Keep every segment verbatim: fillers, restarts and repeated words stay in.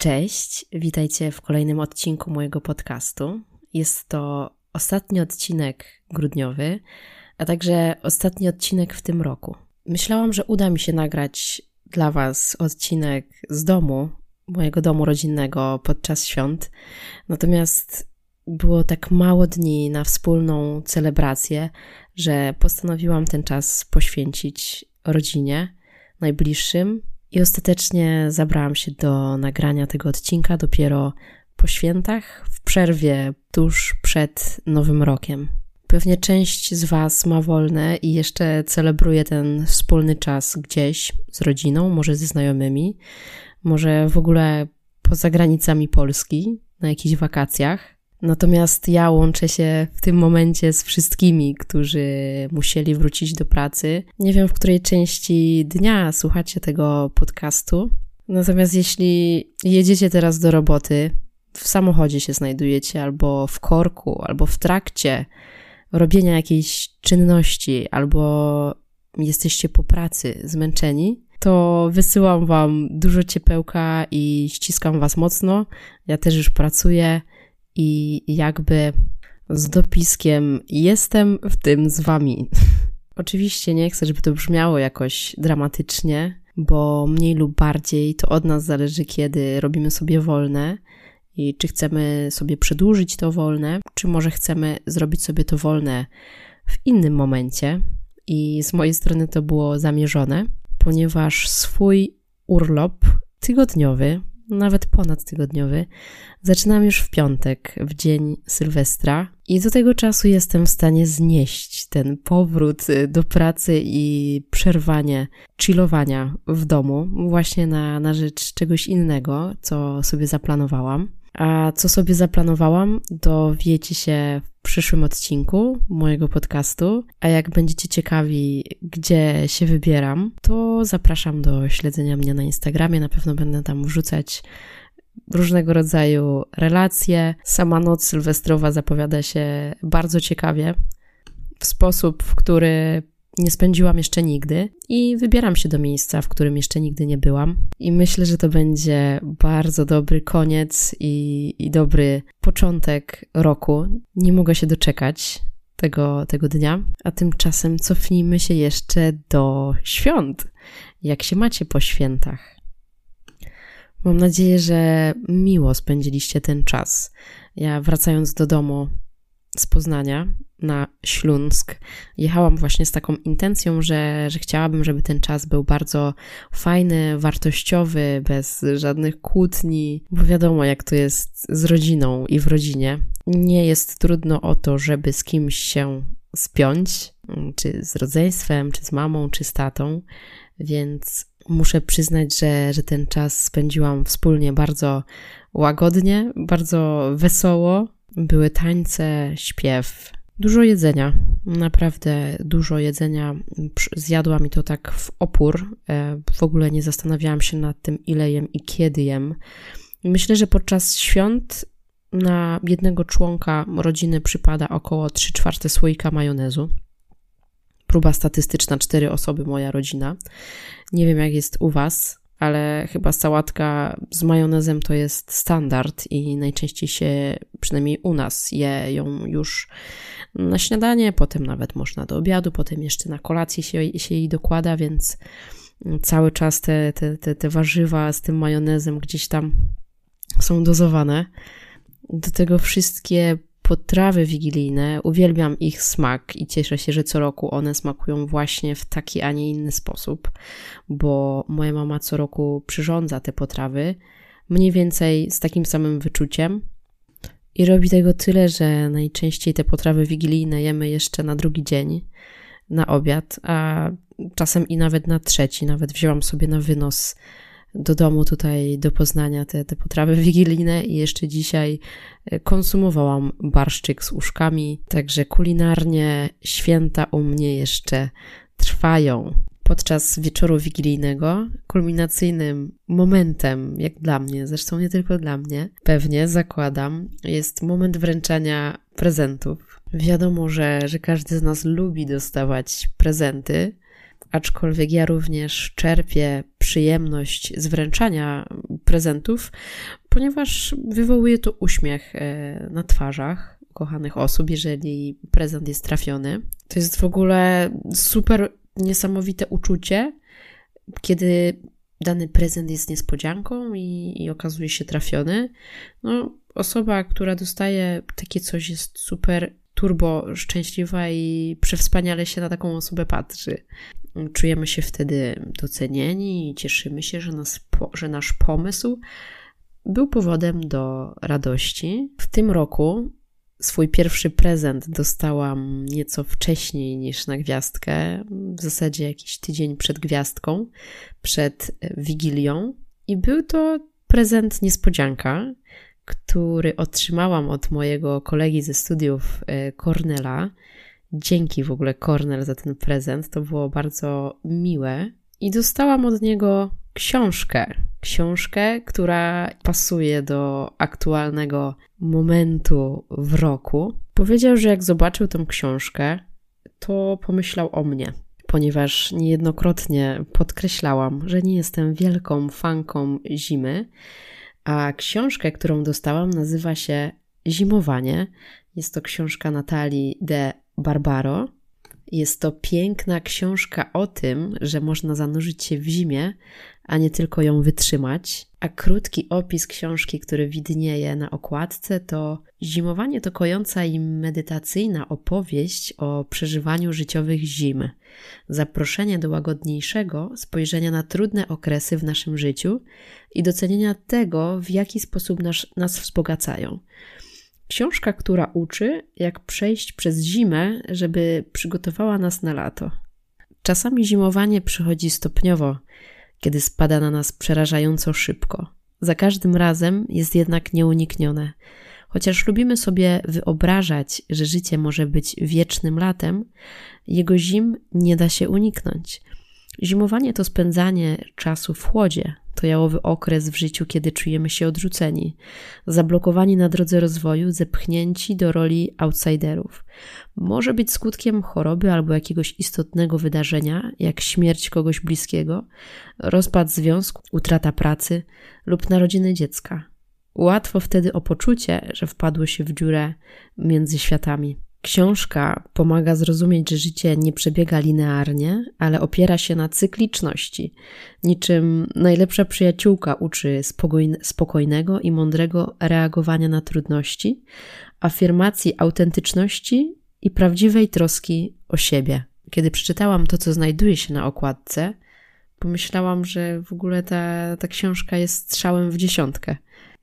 Cześć, witajcie w kolejnym odcinku mojego podcastu. Jest to ostatni odcinek grudniowy, a także ostatni odcinek w tym roku. Myślałam, że uda mi się nagrać dla Was odcinek z domu, mojego domu rodzinnego podczas świąt, natomiast było tak mało dni na wspólną celebrację, że postanowiłam ten czas poświęcić rodzinie, najbliższym i ostatecznie zabrałam się do nagrania tego odcinka dopiero po świętach, w przerwie tuż przed Nowym Rokiem. Pewnie część z Was ma wolne i jeszcze celebruje ten wspólny czas gdzieś z rodziną, może ze znajomymi, może w ogóle poza granicami Polski, na jakichś wakacjach. Natomiast ja łączę się w tym momencie z wszystkimi, którzy musieli wrócić do pracy. Nie wiem, w której części dnia słuchacie tego podcastu. Natomiast jeśli jedziecie teraz do roboty, w samochodzie się znajdujecie, albo w korku, albo w trakcie robienia jakiejś czynności, albo jesteście po pracy zmęczeni, to wysyłam Wam dużo ciepełka i ściskam Was mocno. Ja też już pracuję i jakby z dopiskiem jestem w tym z Wami. Oczywiście nie chcę, żeby to brzmiało jakoś dramatycznie, bo mniej lub bardziej to od nas zależy, kiedy robimy sobie wolne i czy chcemy sobie przedłużyć to wolne, czy może chcemy zrobić sobie to wolne w innym momencie. I z mojej strony to było zamierzone, ponieważ swój urlop tygodniowy, nawet ponadtygodniowy, zaczynam już w piątek, w dzień Sylwestra i do tego czasu jestem w stanie znieść ten powrót do pracy i przerwanie chillowania w domu właśnie na, na rzecz czegoś innego, co sobie zaplanowałam. A co sobie zaplanowałam, dowiecie się w przyszłym odcinku mojego podcastu, a jak będziecie ciekawi, gdzie się wybieram, to zapraszam do śledzenia mnie na Instagramie, na pewno będę tam wrzucać różnego rodzaju relacje. Sama noc sylwestrowa zapowiada się bardzo ciekawie, w sposób, w który nie spędziłam jeszcze nigdy i wybieram się do miejsca, w którym jeszcze nigdy nie byłam. I myślę, że to będzie bardzo dobry koniec i, i dobry początek roku. Nie mogę się doczekać tego, tego dnia, a tymczasem cofnijmy się jeszcze do świąt. Jak się macie po świętach? Mam nadzieję, że miło spędziliście ten czas. Ja wracając do domu z Poznania na Śląsk jechałam właśnie z taką intencją, że, że chciałabym, żeby ten czas był bardzo fajny, wartościowy, bez żadnych kłótni, bo wiadomo jak to jest z rodziną i w rodzinie. Nie jest trudno o to, żeby z kimś się spiąć, czy z rodzeństwem, czy z mamą, czy z tatą, więc muszę przyznać, że, że ten czas spędziłam wspólnie bardzo łagodnie, bardzo wesoło. Były tańce, śpiew, dużo jedzenia, naprawdę dużo jedzenia. Zjadłam i to tak w opór. W ogóle nie zastanawiałam się nad tym, ile jem i kiedy jem. Myślę, że podczas świąt na jednego członka rodziny przypada około trzy czwarte słoika majonezu. Próba statystyczna, cztery osoby moja rodzina. Nie wiem jak jest u Was, ale chyba sałatka z majonezem to jest standard i najczęściej się, przynajmniej u nas, je ją już na śniadanie, potem nawet można do obiadu, potem jeszcze na kolację się, się jej dokłada, więc cały czas te, te, te, te warzywa z tym majonezem gdzieś tam są dozowane. Do tego wszystkie potrawy wigilijne, uwielbiam ich smak i cieszę się, że co roku one smakują właśnie w taki, a nie inny sposób, bo moja mama co roku przyrządza te potrawy mniej więcej z takim samym wyczuciem i robi tego tyle, że najczęściej te potrawy wigilijne jemy jeszcze na drugi dzień, na obiad, a czasem i nawet na trzeci. Nawet wzięłam sobie na wynos do domu tutaj do Poznania te, te potrawy wigilijne i jeszcze dzisiaj konsumowałam barszczyk z uszkami, także kulinarnie święta u mnie jeszcze trwają. Podczas wieczoru wigilijnego kulminacyjnym momentem, jak dla mnie, zresztą nie tylko dla mnie, pewnie zakładam, jest moment wręczania prezentów. Wiadomo, że, że każdy z nas lubi dostawać prezenty, aczkolwiek ja również czerpię przyjemność z wręczania prezentów, ponieważ wywołuje to uśmiech na twarzach kochanych osób, jeżeli prezent jest trafiony. To jest w ogóle super niesamowite uczucie, kiedy dany prezent jest niespodzianką i, i okazuje się trafiony. No, osoba, która dostaje takie coś, jest super turbo szczęśliwa i przewspaniale się na taką osobę patrzy. Czujemy się wtedy docenieni i cieszymy się, że, nas, że nasz pomysł był powodem do radości. W tym roku swój pierwszy prezent dostałam nieco wcześniej niż na gwiazdkę, w zasadzie jakiś tydzień przed gwiazdką, przed Wigilią. I był to prezent niespodzianka, który otrzymałam od mojego kolegi ze studiów Cornela. Dzięki w ogóle Cornel za ten prezent, to było bardzo miłe. I dostałam od niego książkę. Książkę, która pasuje do aktualnego momentu w roku. Powiedział, że jak zobaczył tę książkę, to pomyślał o mnie, ponieważ niejednokrotnie podkreślałam, że nie jestem wielką fanką zimy, a książkę, którą dostałam, nazywa się Zimowanie. Jest to książka Natalii de Barbaro. Jest to piękna książka o tym, że można zanurzyć się w zimie, a nie tylko ją wytrzymać. A krótki opis książki, który widnieje na okładce, to Zimowanie to kojąca i medytacyjna opowieść o przeżywaniu życiowych zim. Zaproszenie do łagodniejszego spojrzenia na trudne okresy w naszym życiu i docenienia tego, w jaki sposób nas, nas wzbogacają. Książka, która uczy, jak przejść przez zimę, żeby przygotowała nas na lato. Czasami zimowanie przychodzi stopniowo, kiedy spada na nas przerażająco szybko. Za każdym razem jest jednak nieuniknione. Chociaż lubimy sobie wyobrażać, że życie może być wiecznym latem, jego zim nie da się uniknąć. Zimowanie to spędzanie czasu w chłodzie. To jałowy okres w życiu, kiedy czujemy się odrzuceni, zablokowani na drodze rozwoju, zepchnięci do roli outsiderów. Może być skutkiem choroby albo jakiegoś istotnego wydarzenia, jak śmierć kogoś bliskiego, rozpad związku, utrata pracy lub narodziny dziecka. Łatwo wtedy o poczucie, że wpadło się w dziurę między światami. Książka pomaga zrozumieć, że życie nie przebiega linearnie, ale opiera się na cykliczności. Niczym najlepsza przyjaciółka uczy spokojnego i mądrego reagowania na trudności, afirmacji autentyczności i prawdziwej troski o siebie. Kiedy przeczytałam to, co znajduje się na okładce, pomyślałam, że w ogóle ta, ta książka jest strzałem w dziesiątkę.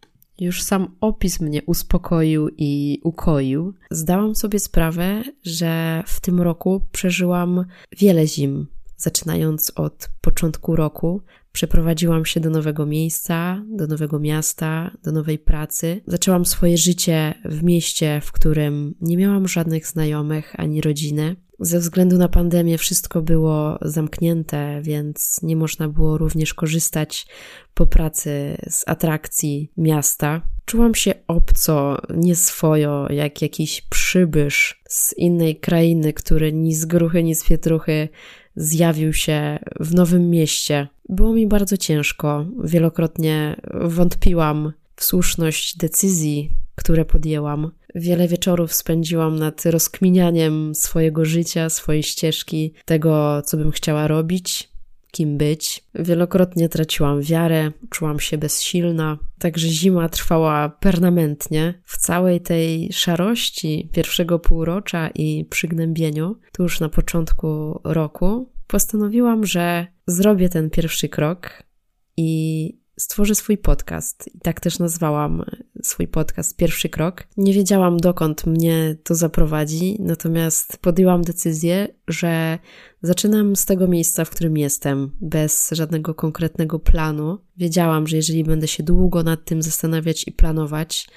Już sam opis mnie uspokoił i ukoił. Zdałam sobie sprawę, że w tym roku przeżyłam wiele zim. Zaczynając od początku roku, przeprowadziłam się do nowego miejsca, do nowego miasta, do nowej pracy. Zaczęłam swoje życie w mieście, w którym nie miałam żadnych znajomych ani rodziny. Ze względu na pandemię wszystko było zamknięte, więc nie można było również korzystać po pracy z atrakcji miasta. Czułam się obco, nieswojo, jak jakiś przybysz z innej krainy, który ni z gruchy, ni z pietruchy zjawił się w nowym mieście. Było mi bardzo ciężko. Wielokrotnie wątpiłam w słuszność decyzji, które podjęłam. Wiele wieczorów spędziłam nad rozkminianiem swojego życia, swojej ścieżki, tego, co bym chciała robić, kim być. Wielokrotnie traciłam wiarę, czułam się bezsilna. Także zima trwała permanentnie. W całej tej szarości pierwszego półrocza i przygnębieniu, tuż na początku roku, postanowiłam, że zrobię ten pierwszy krok i stworzę swój podcast. I tak też nazwałam swój podcast Pierwszy Krok. Nie wiedziałam, dokąd mnie to zaprowadzi, natomiast podjęłam decyzję, że zaczynam z tego miejsca, w którym jestem, bez żadnego konkretnego planu. Wiedziałam, że jeżeli będę się długo nad tym zastanawiać i planować,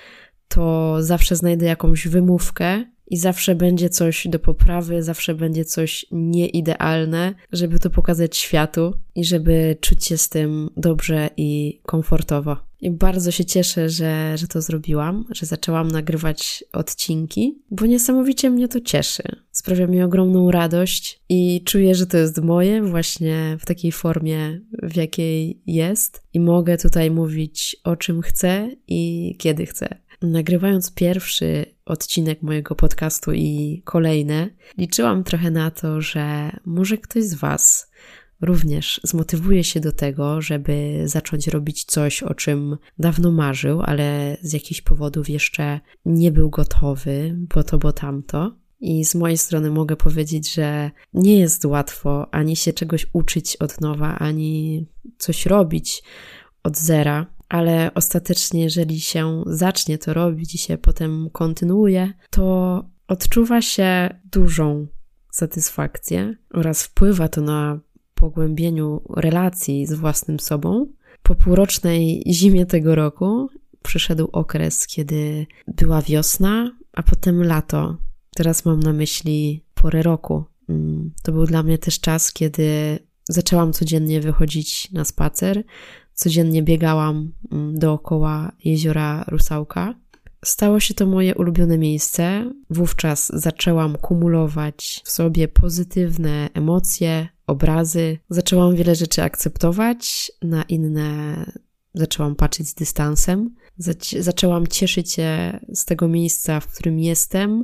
to zawsze znajdę jakąś wymówkę i zawsze będzie coś do poprawy, zawsze będzie coś nieidealne, żeby to pokazać światu i żeby czuć się z tym dobrze i komfortowo. I bardzo się cieszę, że, że to zrobiłam, że zaczęłam nagrywać odcinki, bo niesamowicie mnie to cieszy. Sprawia mi ogromną radość i czuję, że to jest moje właśnie w takiej formie, w jakiej jest. I mogę tutaj mówić o czym chcę i kiedy chcę. Nagrywając pierwszy odcinek mojego podcastu i kolejne, liczyłam trochę na to, że może ktoś z Was również zmotywuje się do tego, żeby zacząć robić coś, o czym dawno marzył, ale z jakichś powodów jeszcze nie był gotowy, bo to, bo tamto. I z mojej strony mogę powiedzieć, że nie jest łatwo ani się czegoś uczyć od nowa, ani coś robić od zera, ale ostatecznie, jeżeli się zacznie to robić i się potem kontynuuje, to odczuwa się dużą satysfakcję oraz wpływa to na pogłębieniu relacji z własnym sobą. Po półrocznej zimie tego roku przyszedł okres, kiedy była wiosna, a potem lato. Teraz mam na myśli porę roku. To był dla mnie też czas, kiedy zaczęłam codziennie wychodzić na spacer. Codziennie biegałam dookoła jeziora Rusałka. Stało się to moje ulubione miejsce. Wówczas zaczęłam kumulować w sobie pozytywne emocje, obrazy. Zaczęłam wiele rzeczy akceptować, na inne zaczęłam patrzeć z dystansem. Zac- zaczęłam cieszyć się z tego miejsca, w którym jestem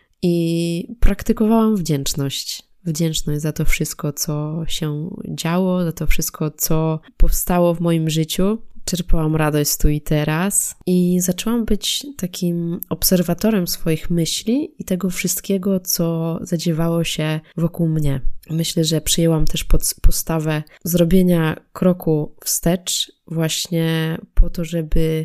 i praktykowałam wdzięczność. Wdzięczność za to wszystko, co się działo, za to wszystko, co powstało w moim życiu. Czerpałam radość tu i teraz i zaczęłam być takim obserwatorem swoich myśli i tego wszystkiego, co zadziewało się wokół mnie. Myślę, że przyjęłam też pod postawę zrobienia kroku wstecz właśnie po to, żeby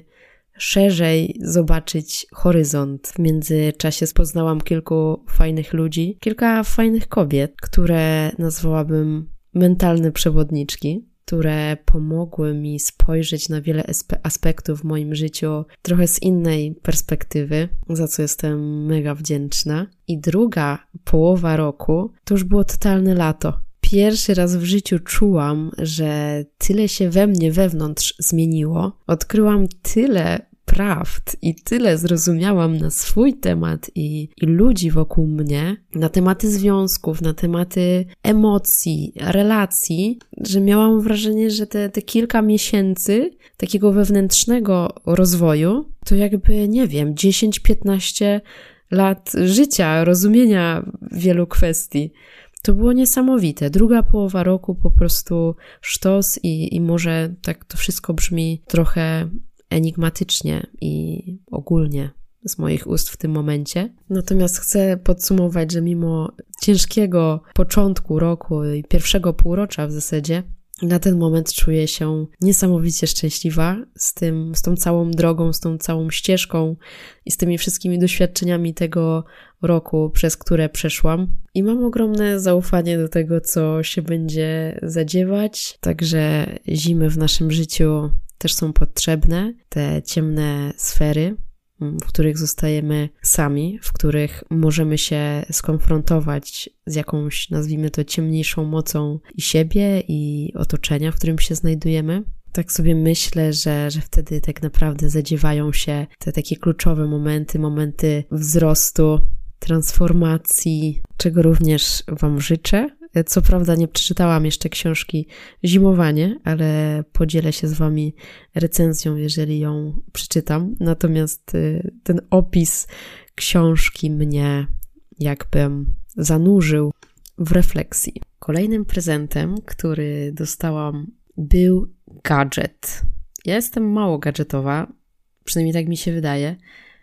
szerzej zobaczyć horyzont. W międzyczasie poznałam kilku fajnych ludzi, kilka fajnych kobiet, które nazwałabym mentalne przewodniczki, które pomogły mi spojrzeć na wiele aspektów w moim życiu trochę z innej perspektywy, za co jestem mega wdzięczna. I druga połowa roku to już było totalne lato. Pierwszy raz w życiu czułam, że tyle się we mnie wewnątrz zmieniło. Odkryłam tyle prawd i tyle zrozumiałam na swój temat i, i ludzi wokół mnie, na tematy związków, na tematy emocji, relacji, że miałam wrażenie, że te, te kilka miesięcy takiego wewnętrznego rozwoju to jakby, nie wiem, dziesięć piętnaście lat życia, rozumienia wielu kwestii. To było niesamowite. Druga połowa roku po prostu sztos i, i może tak to wszystko brzmi trochę enigmatycznie i ogólnie z moich ust w tym momencie. Natomiast chcę podsumować, że mimo ciężkiego początku roku i pierwszego półrocza w zasadzie, na ten moment czuję się niesamowicie szczęśliwa z tym, z tą całą drogą, z tą całą ścieżką i z tymi wszystkimi doświadczeniami tego roku, przez które przeszłam. I mam ogromne zaufanie do tego, co się będzie zadziewać. Także zimy w naszym życiu też są potrzebne, te ciemne sfery, w których zostajemy sami, w których możemy się skonfrontować z jakąś, nazwijmy to, ciemniejszą mocą i siebie, i otoczenia, w którym się znajdujemy. Tak sobie myślę, że, że wtedy tak naprawdę zadziewają się te takie kluczowe momenty, momenty wzrostu, transformacji, czego również Wam życzę. Co prawda nie przeczytałam jeszcze książki Zimowanie, ale podzielę się z Wami recenzją, jeżeli ją przeczytam. Natomiast ten opis książki mnie jakby zanurzył w refleksji. Kolejnym prezentem, który dostałam, był gadżet. Ja jestem mało gadżetowa, przynajmniej tak mi się wydaje.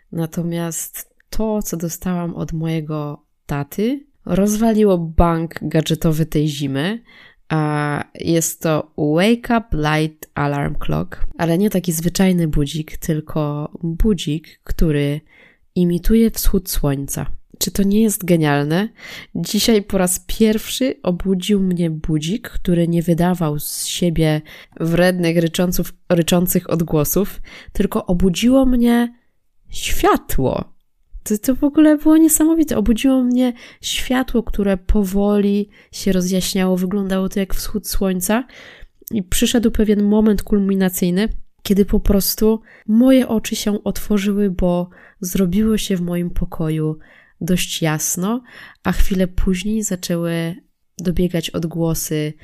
Natomiast to, co dostałam od mojego taty, rozwaliło bank gadżetowy tej zimy, a jest to Wake Up Light Alarm Clock, ale nie taki zwyczajny budzik, tylko budzik, który imituje wschód słońca. Czy to nie jest genialne? Dzisiaj po raz pierwszy obudził mnie budzik, który nie wydawał z siebie wrednych, ryczących, ryczących odgłosów, tylko obudziło mnie światło. To, to w ogóle było niesamowite. Obudziło mnie światło, które powoli się rozjaśniało. Wyglądało to jak wschód słońca. I przyszedł pewien moment kulminacyjny, kiedy po prostu moje oczy się otworzyły, bo zrobiło się w moim pokoju dość jasno, a chwilę później zaczęły dobiegać odgłosy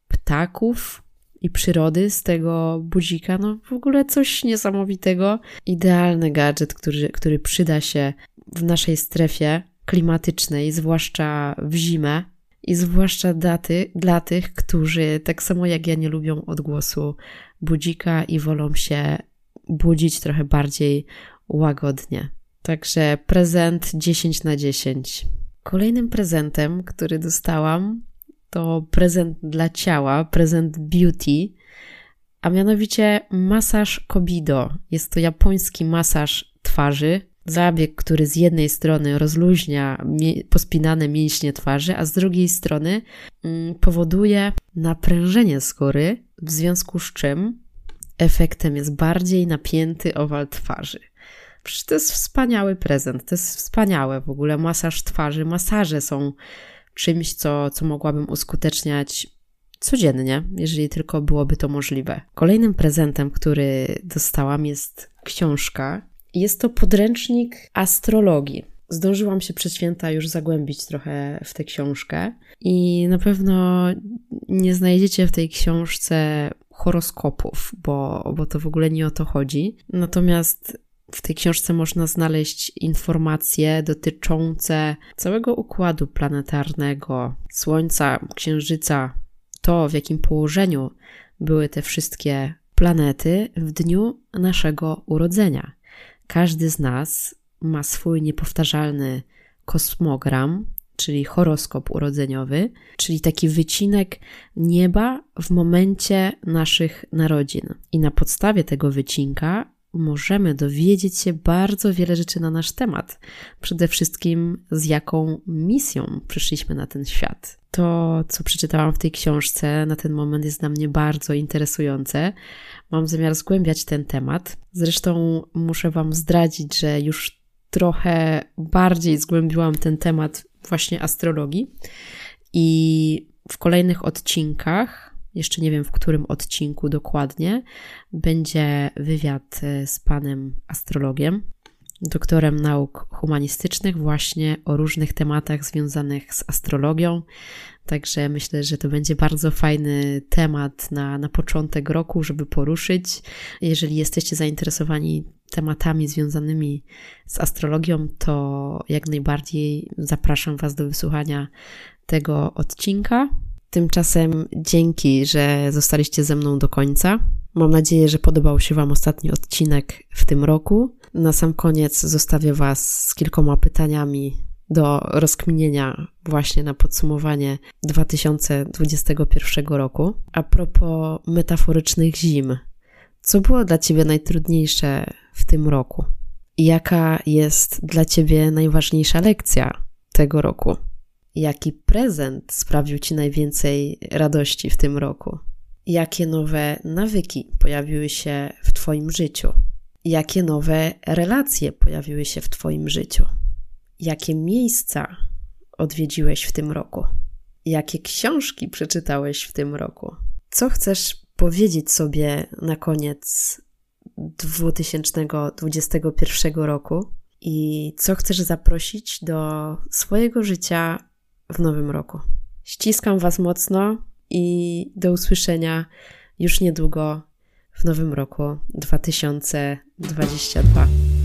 ptaków i przyrody z tego budzika. No w ogóle coś niesamowitego. Idealny gadżet, który, który przyda się w naszej strefie klimatycznej, zwłaszcza w zimę i zwłaszcza dla, ty, dla tych, którzy tak samo jak ja nie lubią odgłosu budzika i wolą się budzić trochę bardziej łagodnie. Także prezent dziesięć na dziesięć. Kolejnym prezentem, który dostałam, to prezent dla ciała, prezent beauty, a mianowicie masaż Kobido. Jest to japoński masaż twarzy, zabieg, który z jednej strony rozluźnia mie- pospinane mięśnie twarzy, a z drugiej strony mm, powoduje naprężenie skóry, w związku z czym efektem jest bardziej napięty owal twarzy. Przecież to jest wspaniały prezent, to jest wspaniałe w ogóle, masaż twarzy, masaże są czymś, co, co mogłabym uskuteczniać codziennie, jeżeli tylko byłoby to możliwe. Kolejnym prezentem, który dostałam, jest książka. Jest to podręcznik astrologii. Zdążyłam się przez święta już zagłębić trochę w tę książkę i na pewno nie znajdziecie w tej książce horoskopów, bo, bo to w ogóle nie o to chodzi. Natomiast w tej książce można znaleźć informacje dotyczące całego układu planetarnego, Słońca, Księżyca, to w jakim położeniu były te wszystkie planety w dniu naszego urodzenia. Każdy z nas ma swój niepowtarzalny kosmogram, czyli horoskop urodzeniowy, czyli taki wycinek nieba w momencie naszych narodzin. I na podstawie tego wycinka możemy dowiedzieć się bardzo wiele rzeczy na nasz temat. Przede wszystkim z jaką misją przyszliśmy na ten świat. To, co przeczytałam w tej książce na ten moment jest dla mnie bardzo interesujące. Mam zamiar zgłębiać ten temat. Zresztą muszę Wam zdradzić, że już trochę bardziej zgłębiłam ten temat właśnie astrologii i w kolejnych odcinkach, jeszcze nie wiem w którym odcinku dokładnie, będzie wywiad z panem astrologiem, doktorem nauk humanistycznych właśnie o różnych tematach związanych z astrologią. Także myślę, że to będzie bardzo fajny temat na, na początek roku, żeby poruszyć. Jeżeli jesteście zainteresowani tematami związanymi z astrologią, to jak najbardziej zapraszam Was do wysłuchania tego odcinka. Tymczasem dzięki, że zostaliście ze mną do końca. Mam nadzieję, że podobał się Wam ostatni odcinek w tym roku. Na sam koniec zostawię Was z kilkoma pytaniami do rozkminienia właśnie na podsumowanie dwa tysiące dwudziestego pierwszego roku. A propos metaforycznych zim, co było dla Ciebie najtrudniejsze w tym roku? Jaka jest dla Ciebie najważniejsza lekcja tego roku? Jaki prezent sprawił Ci najwięcej radości w tym roku? Jakie nowe nawyki pojawiły się w Twoim życiu? Jakie nowe relacje pojawiły się w Twoim życiu? Jakie miejsca odwiedziłeś w tym roku? Jakie książki przeczytałeś w tym roku? Co chcesz powiedzieć sobie na koniec dwa tysiące dwudziestego pierwszego roku? I co chcesz zaprosić do swojego życia w nowym roku? Ściskam Was mocno i do usłyszenia już niedługo w nowym roku dwa tysiące dwudziestym drugim.